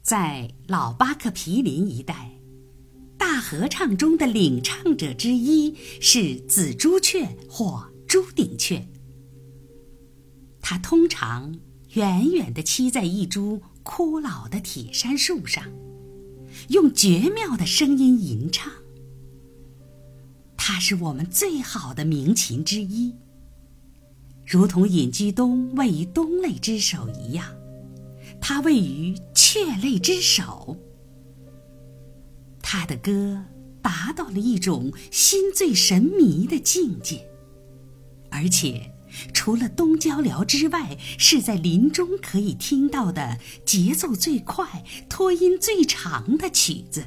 在老巴克毗邻一带，大合唱中的领唱者之一是紫朱雀或朱顶雀。它通常远远地栖在一株枯老的铁杉树上，用绝妙的声音吟唱。它是我们最好的鸣禽之一，如同隐居东位于冬类之首一样，它位于雀类之首。它的歌达到了一种心醉神迷的境界，而且除了东郊寮之外，是在林中可以听到的节奏最快、拖音最长的曲子。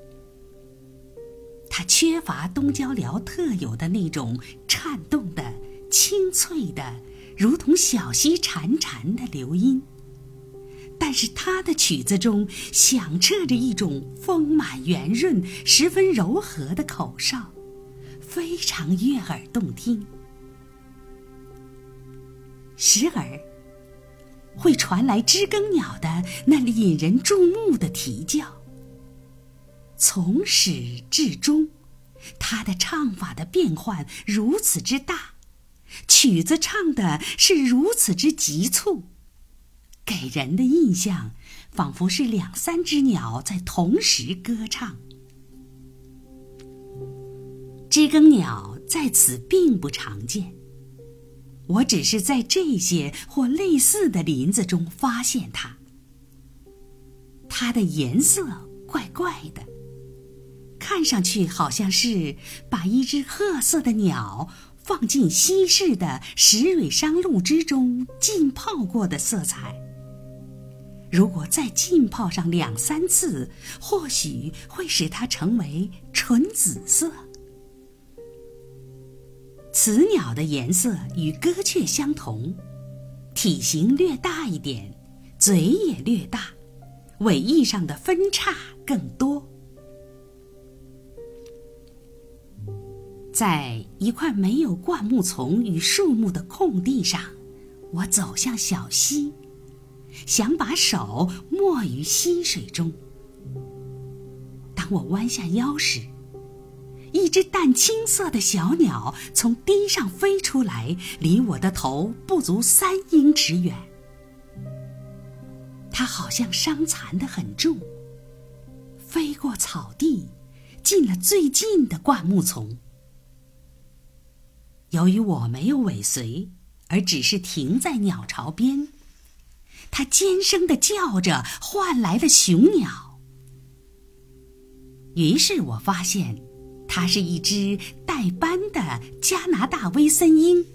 它缺乏东郊寮特有的那种颤动的、清脆的，如同小溪潺潺的流音，但是它的曲子中响彻着一种丰满圆润、十分柔和的口哨，非常悦耳动听。时而会传来知更鸟的那引人注目的啼叫。从始至终，它的唱法的变换如此之大，曲子唱的是如此之急促，给人的印象仿佛是两三只鸟在同时歌唱。知更鸟在此并不常见，我只是在这些或类似的林子中发现它。它的颜色怪怪的，看上去好像是把一只褐色的鸟放进稀释的石蕊商露之中浸泡过的色彩。如果再浸泡上两三次，或许会使它成为纯紫色。此鸟的颜色与歌雀相同，体型略大一点，嘴也略大，尾翼上的分叉更多。在一块没有灌木丛与树木的空地上，我走向小溪，想把手没于溪水中。当我弯下腰时，一只淡青色的小鸟从堤上飞出来，离我的头不足3英尺远。它好像伤残得很重，飞过草地，进了最近的灌木丛。由于我没有尾随，而只是停在鸟巢边，它尖声地叫着，唤来了雄鸟。于是我发现它是一只带斑的加拿大微森鹰。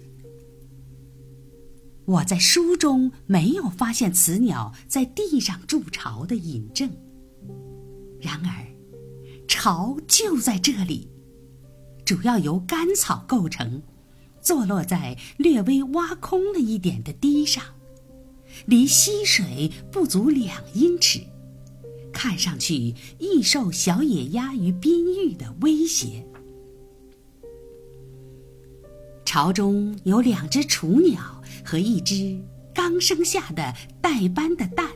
我在书中没有发现此鸟在地上筑巢的引证，然而巢就在这里，主要由干草构成，坐落在略微挖空了一点的堤上，离溪水不足2英尺，看上去易受小野鸭与滨鹬的威胁。巢中有2只雏鸟和1只刚生下的带斑的蛋。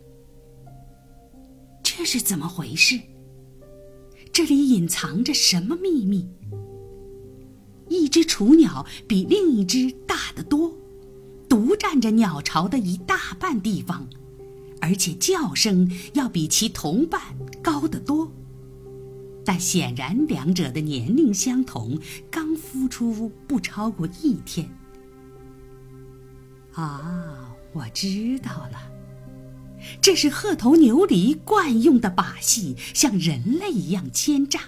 这是怎么回事？这里隐藏着什么秘密？一只雏鸟比另一只大得多，独占着鸟巢的一大半地方，而且叫声要比其同伴高得多。但显然两者的年龄相同，刚孵出不超过1天。啊，我知道了，这是褐头牛狸惯用的把戏，像人类一样奸诈。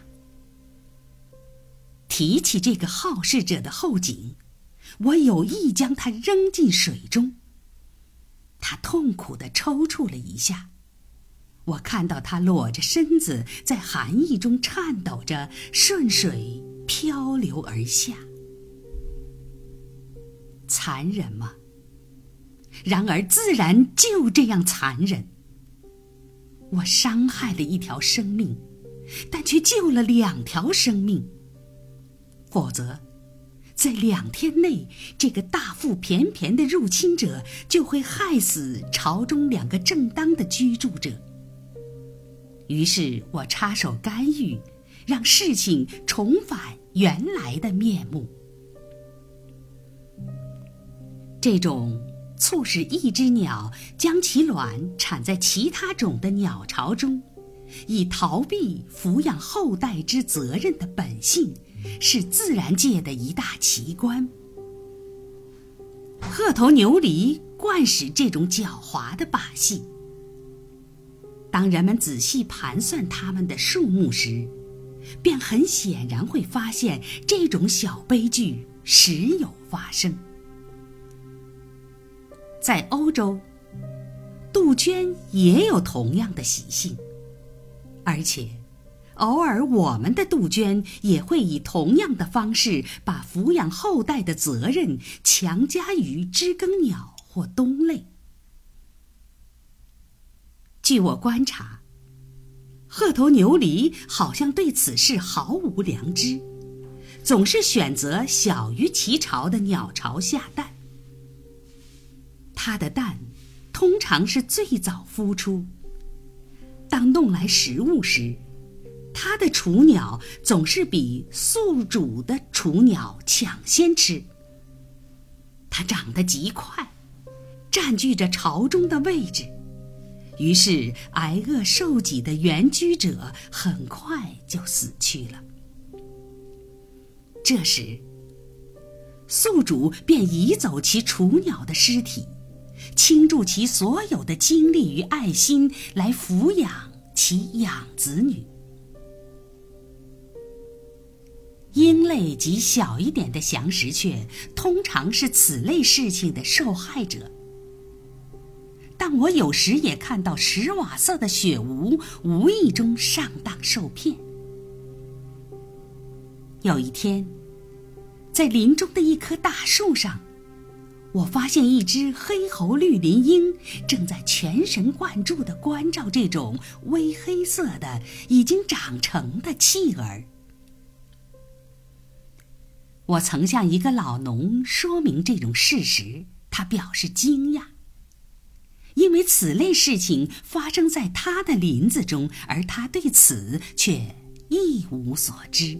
提起这个好事者的后颈，我有意将它扔进水中。它痛苦地抽搐了一下，我看到它裸着身子在寒意中颤抖着，顺水漂流而下。残忍吗？然而自然就这样残忍。我伤害了1条生命，但却救了2条生命。否则在2天内，这个大腹便便的入侵者就会害死巢中2个正当的居住者。 于是我插手干预，让事情重返原来的面目。这种促使一只鸟将其卵产在其他种的鸟巢中，以逃避抚养后代之责任的本性，是自然界的一大奇观。褐头牛狸惯使这种狡猾的把戏。当人们仔细盘算它们的数目时，便很显然会发现这种小悲剧时有发生。在欧洲，杜鹃也有同样的习性，而且偶尔我们的杜鹃也会以同样的方式把抚养后代的责任强加于知更鸟或冬类。据我观察，褐头牛狸好像对此事毫无良知，总是选择小于其巢的鸟巢下蛋。它的蛋通常是最早孵出，当弄来食物时，它的雏鸟总是比宿主的雏鸟抢先吃。它长得极快，占据着巢中的位置，于是挨饿受挤的原居者很快就死去了。这时，宿主便移走其雏鸟的尸体，倾注其所有的精力与爱心来抚养其养子女。鹰类及小一点的翔石雀通常是此类事情的受害者，但我有时也看到石瓦色的雪鹯无意中上当受骗。有一天，在林中的一棵大树上，我发现一只黑喉绿林鹰正在全神贯注地关照这种微黑色的已经长成的企鹅。我曾向一个老农说明这种事实，他表示惊讶，因为此类事情发生在他的林子中，而他对此却一无所知。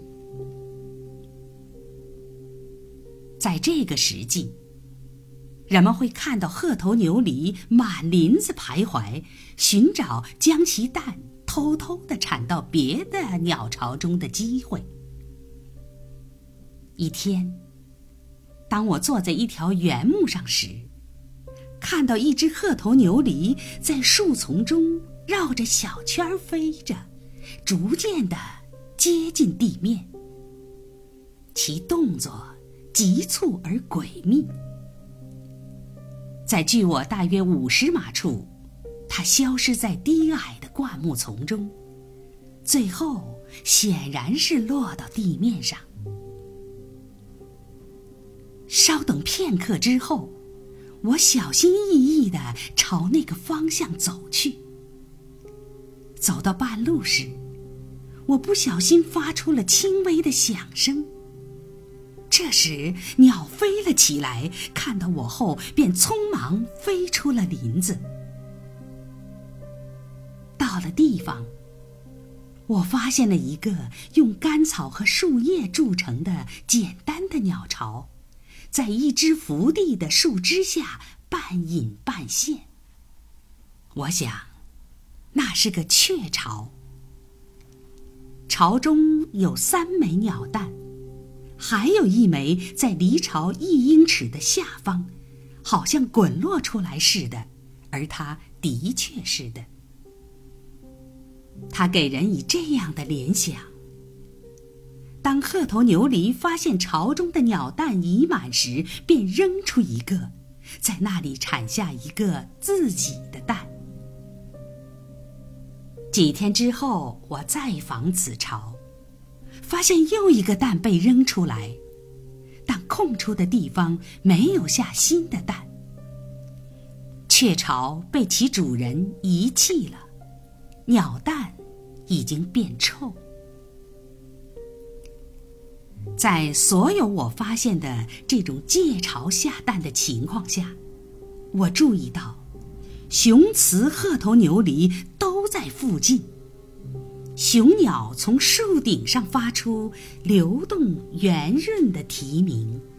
在这个时季，人们会看到褐头牛狸满林子徘徊，寻找将其蛋偷偷地产到别的鸟巢中的机会。一天，当我坐在一条原木上时，看到一只褐头牛狸在树丛中绕着小圈飞着，逐渐地接近地面。其动作急促而诡秘。在距我大约50码处，它消失在低矮的灌木丛中，最后显然是落到地面上。稍等片刻之后，我小心翼翼地朝那个方向走去。走到半路时，我不小心发出了轻微的响声。这时，鸟飞了起来，看到我后便匆忙飞出了林子。到了地方，我发现了一个用干草和树叶筑成的简单的鸟巢，在一只伏地的树枝下半隐半现。我想，那是个雀巢。巢中有3枚鸟蛋，还有1枚在离巢1英尺的下方，好像滚落出来似的，而它的确是的。它给人以这样的联想：当褐头牛狸发现巢中的鸟蛋已满时，便扔出一个，在那里产下一个自己的蛋。几天之后，我再访此巢，发现又一个蛋被扔出来，但空出的地方没有下新的蛋。雀巢被其主人遗弃了，鸟蛋已经变臭。在所有我发现的这种借巢下蛋的情况下，我注意到雄雌褐头牛狸都在附近， 雄鸟从树顶上发出流动圆润的啼鸣。